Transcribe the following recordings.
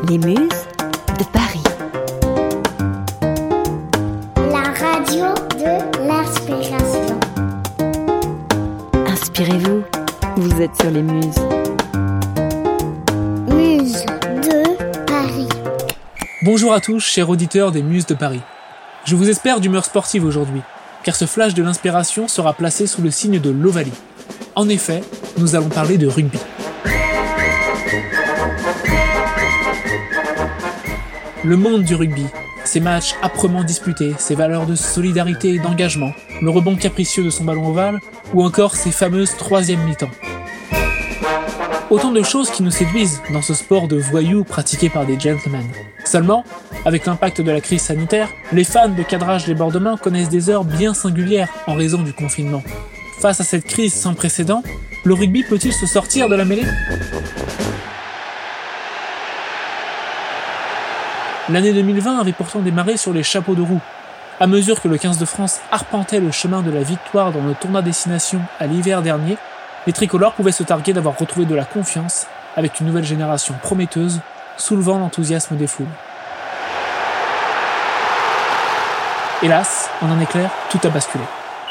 Les Muses de Paris. La radio de l'inspiration. Inspirez-vous, vous êtes sur les Muses. Muses de Paris. Bonjour à tous, chers auditeurs des Muses de Paris. Je vous espère d'humeur sportive aujourd'hui, car ce flash de l'inspiration sera placé sous le signe de l'Ovalie. En effet, nous allons parler de rugby. Le monde du rugby, ses matchs âprement disputés, ses valeurs de solidarité et d'engagement, le rebond capricieux de son ballon ovale, ou encore ses fameuses troisième mi-temps. Autant de choses qui nous séduisent dans ce sport de voyous pratiqué par des gentlemen. Seulement, avec l'impact de la crise sanitaire, les fans de cadrage débordement connaissent des heures bien singulières en raison du confinement. Face à cette crise sans précédent, le rugby peut-il se sortir de la mêlée ? L'année 2020 avait pourtant démarré sur les chapeaux de roue. À mesure que le 15 de France arpentait le chemin de la victoire dans le tournoi destination à l'hiver dernier, les tricolores pouvaient se targuer d'avoir retrouvé de la confiance avec une nouvelle génération prometteuse, soulevant l'enthousiasme des foules. Hélas, en un éclair, tout a basculé.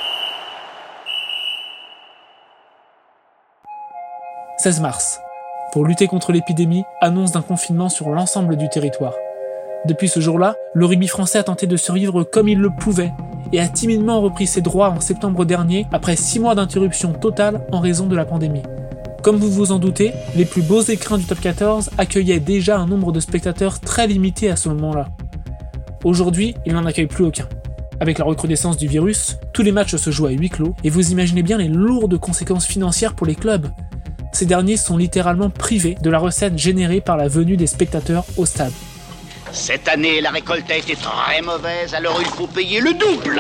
« 16 mars. Pour lutter contre l'épidémie, annonce d'un confinement sur l'ensemble du territoire. Depuis ce jour-là, le rugby français a tenté de survivre comme il le pouvait et a timidement repris ses droits en septembre dernier après 6 mois d'interruption totale en raison de la pandémie. Comme vous vous en doutez, les plus beaux écrins du top 14 accueillaient déjà un nombre de spectateurs très limité à ce moment-là. Aujourd'hui, ils n'en accueillent plus aucun. Avec la recrudescence du virus, tous les matchs se jouent à huis clos et vous imaginez bien les lourdes conséquences financières pour les clubs. Ces derniers sont littéralement privés de la recette générée par la venue des spectateurs au stade. Cette année, la récolte a été très mauvaise, alors il faut payer le double.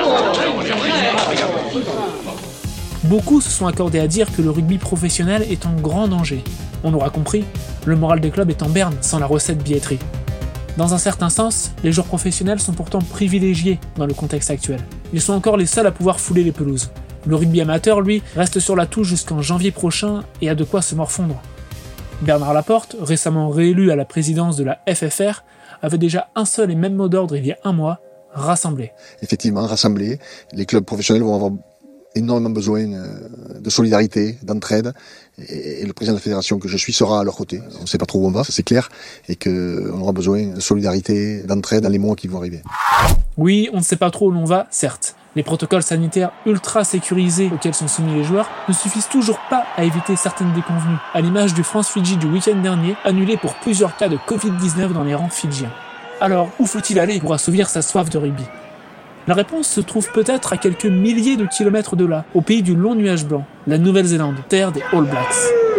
Beaucoup se sont accordés à dire que le rugby professionnel est en grand danger. On l'aura compris, le moral des clubs est en berne sans la recette billetterie. Dans un certain sens, les joueurs professionnels sont pourtant privilégiés dans le contexte actuel. Ils sont encore les seuls à pouvoir fouler les pelouses. Le rugby amateur, lui, reste sur la touche jusqu'en janvier prochain et a de quoi se morfondre. Bernard Laporte, récemment réélu à la présidence de la FFR, avait déjà un seul et même mot d'ordre il y a un mois, rassembler. Effectivement, rassembler. Les clubs professionnels vont avoir énormément besoin de solidarité, d'entraide, et le président de la fédération que je suis sera à leur côté. On ne sait pas trop où on va, ça c'est clair, et qu'on aura besoin de solidarité, d'entraide dans les mois qui vont arriver. Oui, on ne sait pas trop où l'on va, certes. Les protocoles sanitaires ultra sécurisés auxquels sont soumis les joueurs ne suffisent toujours pas à éviter certaines déconvenues, à l'image du France-Fidji du week-end dernier, annulé pour plusieurs cas de Covid-19 dans les rangs fidjiens. Alors, où faut-il aller pour assouvir sa soif de rugby ? La réponse se trouve peut-être à quelques milliers de kilomètres de là, au pays du long nuage blanc, la Nouvelle-Zélande, terre des All Blacks.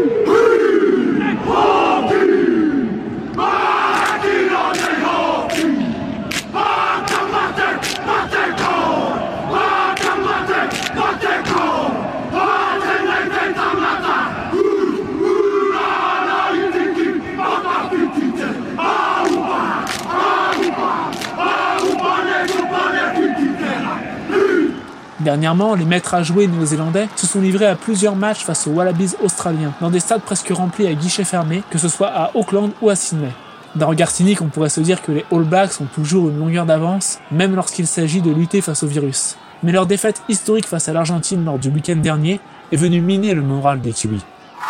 Dernièrement, les maîtres à jouer néo-zélandais se sont livrés à plusieurs matchs face aux Wallabies australiens, dans des stades presque remplis à guichets fermés, que ce soit à Auckland ou à Sydney. D'un regard cynique, on pourrait se dire que les All Blacks ont toujours une longueur d'avance, même lorsqu'il s'agit de lutter face au virus. Mais leur défaite historique face à l'Argentine lors du week-end dernier est venue miner le moral des Kiwis.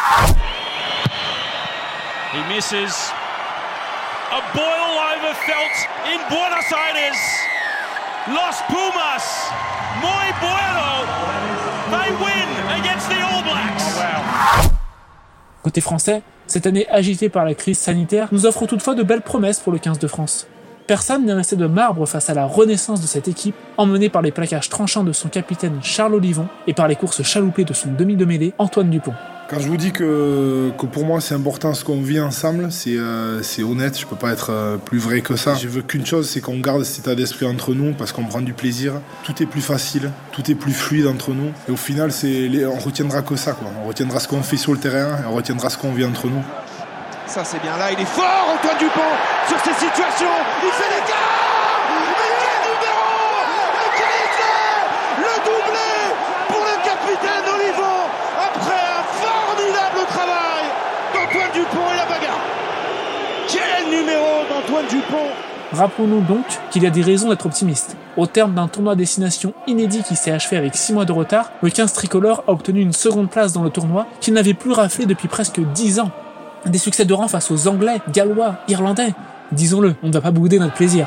He misses. A boil over felt in Buenos Aires. Los Pumas. Muy bueno. They win against the All Blacks. Côté français, cette année agitée par la crise sanitaire nous offre toutefois de belles promesses pour le 15 de France. Personne n'est resté de marbre face à la renaissance de cette équipe, emmenée par les plaquages tranchants de son capitaine Charles Olivon et par les courses chaloupées de son demi de mêlée Antoine Dupont. Quand je vous dis que pour moi c'est important ce qu'on vit ensemble, c'est honnête, je peux pas être plus vrai que ça. Je veux qu'une chose, c'est qu'on garde cet état d'esprit entre nous parce qu'on prend du plaisir. Tout est plus facile, tout est plus fluide entre nous. Et au final, on retiendra que ça, quoi. On retiendra ce qu'on fait sur le terrain, et on retiendra ce qu'on vit entre nous. Ça c'est bien là, il est fort Antoine Dupont sur ces situations, il fait l'écart. Mais quel numéro! Mais quel essai! Le doublé pour le capitaine Olivon après un formidable travail d'Antoine Dupont et la bagarre. Quel numéro d'Antoine Dupont. Rappelons-nous donc qu'il y a des raisons d'être optimiste. Au terme d'un tournoi à destination inédit qui s'est achevé avec 6 mois de retard, le 15 tricolore a obtenu une seconde place dans le tournoi qu'il n'avait plus raflé depuis presque 10 ans. Des succès de rang face aux Anglais, Gallois, Irlandais. Disons-le, on ne va pas bouder notre plaisir.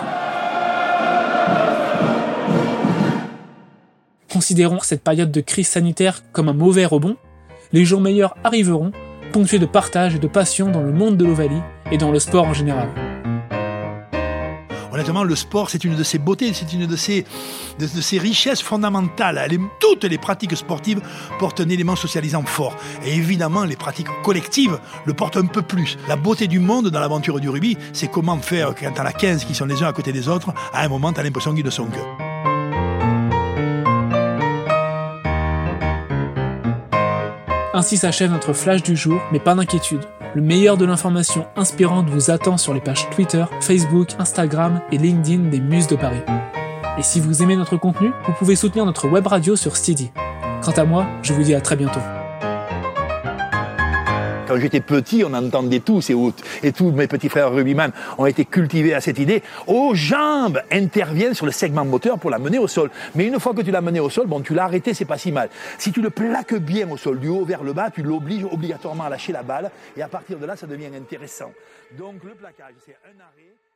Considérons cette période de crise sanitaire comme un mauvais rebond. Les jours meilleurs arriveront, ponctués de partage et de passion dans le monde de l'Ovalie et dans le sport en général. Honnêtement, le sport, c'est une de ses beautés, c'est une de ses richesses fondamentales. Toutes les pratiques sportives portent un élément socialisant fort. Et évidemment, les pratiques collectives le portent un peu plus. La beauté du monde dans l'aventure du rugby, c'est comment faire quand t'en as 15 qui sont les uns à côté des autres, à un moment, t'as l'impression qu'ils ne sont que. Ainsi s'achève notre flash du jour, mais pas d'inquiétude. Le meilleur de l'information inspirante vous attend sur les pages Twitter, Facebook, Instagram et LinkedIn des Muses de Paris. Et si vous aimez notre contenu, vous pouvez soutenir notre web radio sur Steady. Quant à moi, je vous dis à très bientôt. Quand j'étais petit, on entendait tous, et tous mes petits frères rugbyman ont été cultivés à cette idée. Aux jambes interviennent sur le segment moteur pour la mener au sol. Mais une fois que tu l'as mené au sol, tu l'as arrêté, c'est pas si mal. Si tu le plaques bien au sol, du haut vers le bas, tu l'obliges obligatoirement à lâcher la balle, et à partir de là, ça devient intéressant. Donc le plaquage, c'est un arrêt.